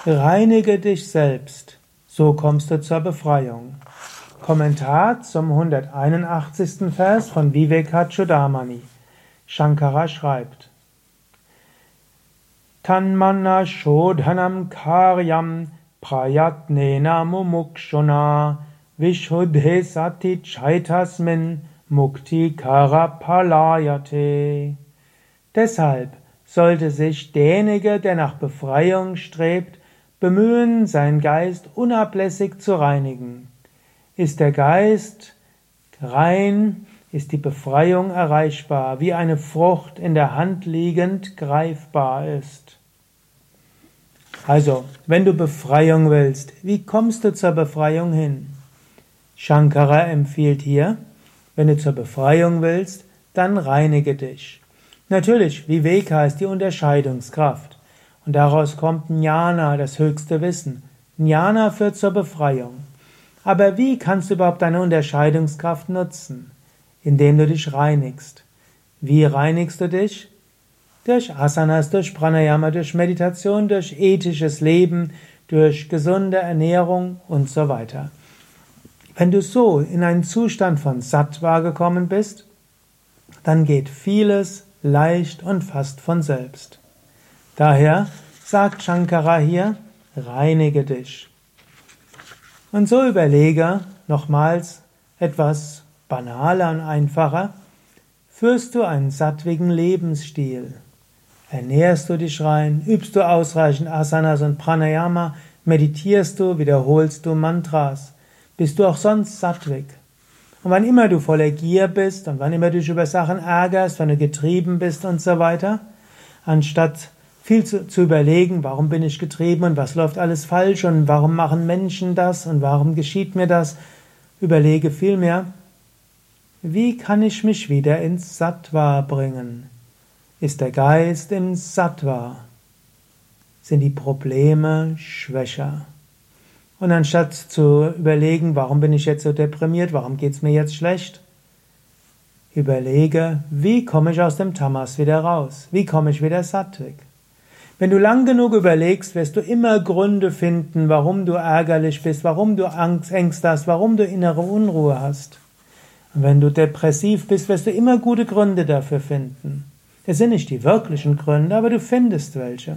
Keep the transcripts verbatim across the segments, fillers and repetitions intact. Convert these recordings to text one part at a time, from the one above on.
Reinige dich selbst, so kommst du zur Befreiung. Kommentar zum hunderteinundachtzigsten Vers von Vivekachudamani. Shankara schreibt: Tanmana shodhanam karyam prayatnena mumukshuna vishuddhe sati chaitasmin mukti karapalayate. Deshalb sollte sich derjenige, der nach Befreiung strebt, bemühen, seinen Geist unablässig zu reinigen. Ist der Geist rein, ist die Befreiung erreichbar, wie eine Frucht in der Hand liegend greifbar ist. Also, wenn du Befreiung willst, wie kommst du zur Befreiung hin? Shankara empfiehlt hier, wenn du zur Befreiung willst, dann reinige dich. Natürlich, Viveka ist die Unterscheidungskraft. Und daraus kommt Jnana, das höchste Wissen. Jnana führt zur Befreiung. Aber wie kannst du überhaupt deine Unterscheidungskraft nutzen? Indem du dich reinigst. Wie reinigst du dich? Durch Asanas, durch Pranayama, durch Meditation, durch ethisches Leben, durch gesunde Ernährung und so weiter. Wenn du so in einen Zustand von Sattva gekommen bist, dann geht vieles leicht und fast von selbst. Daher sagt Shankara hier, reinige dich. Und so überlege nochmals etwas banaler und einfacher. Führst du einen sattwigen Lebensstil? Ernährst du dich rein? Übst du ausreichend Asanas und Pranayama? Meditierst du? Wiederholst du Mantras? Bist du auch sonst sattwig? Und wann immer du voller Gier bist und wann immer du dich über Sachen ärgerst, wenn du getrieben bist und so weiter, anstatt viel zu, zu überlegen, warum bin ich getrieben und was läuft alles falsch und warum machen Menschen das und warum geschieht mir das, überlege vielmehr, wie kann ich mich wieder ins Sattva bringen? Ist der Geist im Sattva? Sind die Probleme schwächer? Und anstatt zu überlegen, warum bin ich jetzt so deprimiert, warum geht es mir jetzt schlecht, überlege, wie komme ich aus dem Tamas wieder raus? Wie komme ich wieder sattwig? Wenn du lang genug überlegst, wirst du immer Gründe finden, warum du ärgerlich bist, warum du Angst, Ängste hast, warum du innere Unruhe hast. Und wenn du depressiv bist, wirst du immer gute Gründe dafür finden. Das sind nicht die wirklichen Gründe, aber du findest welche.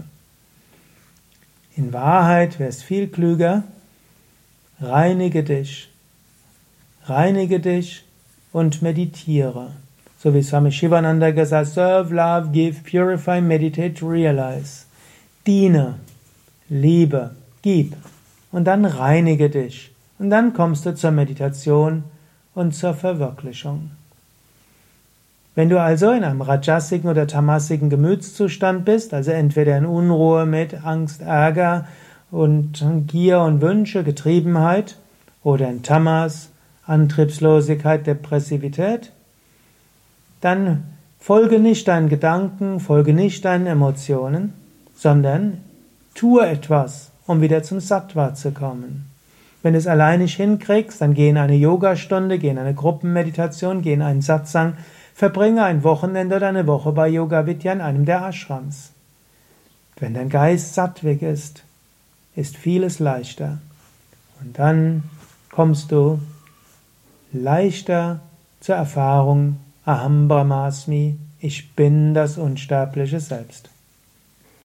In Wahrheit wäre es viel klüger, reinige dich, reinige dich und meditiere. So wie Swami Shivananda gesagt hat, serve, love, give, purify, meditate, realize. Diene, liebe, gib und dann reinige dich. Und dann kommst du zur Meditation und zur Verwirklichung. Wenn du also in einem rajasigen oder tamasigen Gemütszustand bist, also entweder in Unruhe mit Angst, Ärger und Gier und Wünsche, Getriebenheit, oder in Tamas, Antriebslosigkeit, Depressivität, dann folge nicht deinen Gedanken, folge nicht deinen Emotionen, sondern tue etwas, um wieder zum Sattva zu kommen. Wenn du es allein nicht hinkriegst, dann geh in eine Yogastunde, geh in eine Gruppenmeditation, geh in einen Satsang, verbringe ein Wochenende oder eine Woche bei Yoga Vidya in einem der Ashrams. Wenn dein Geist sattwig ist, ist vieles leichter. Und dann kommst du leichter zur Erfahrung, Aham Brahmasmi, ich bin das unsterbliche Selbst.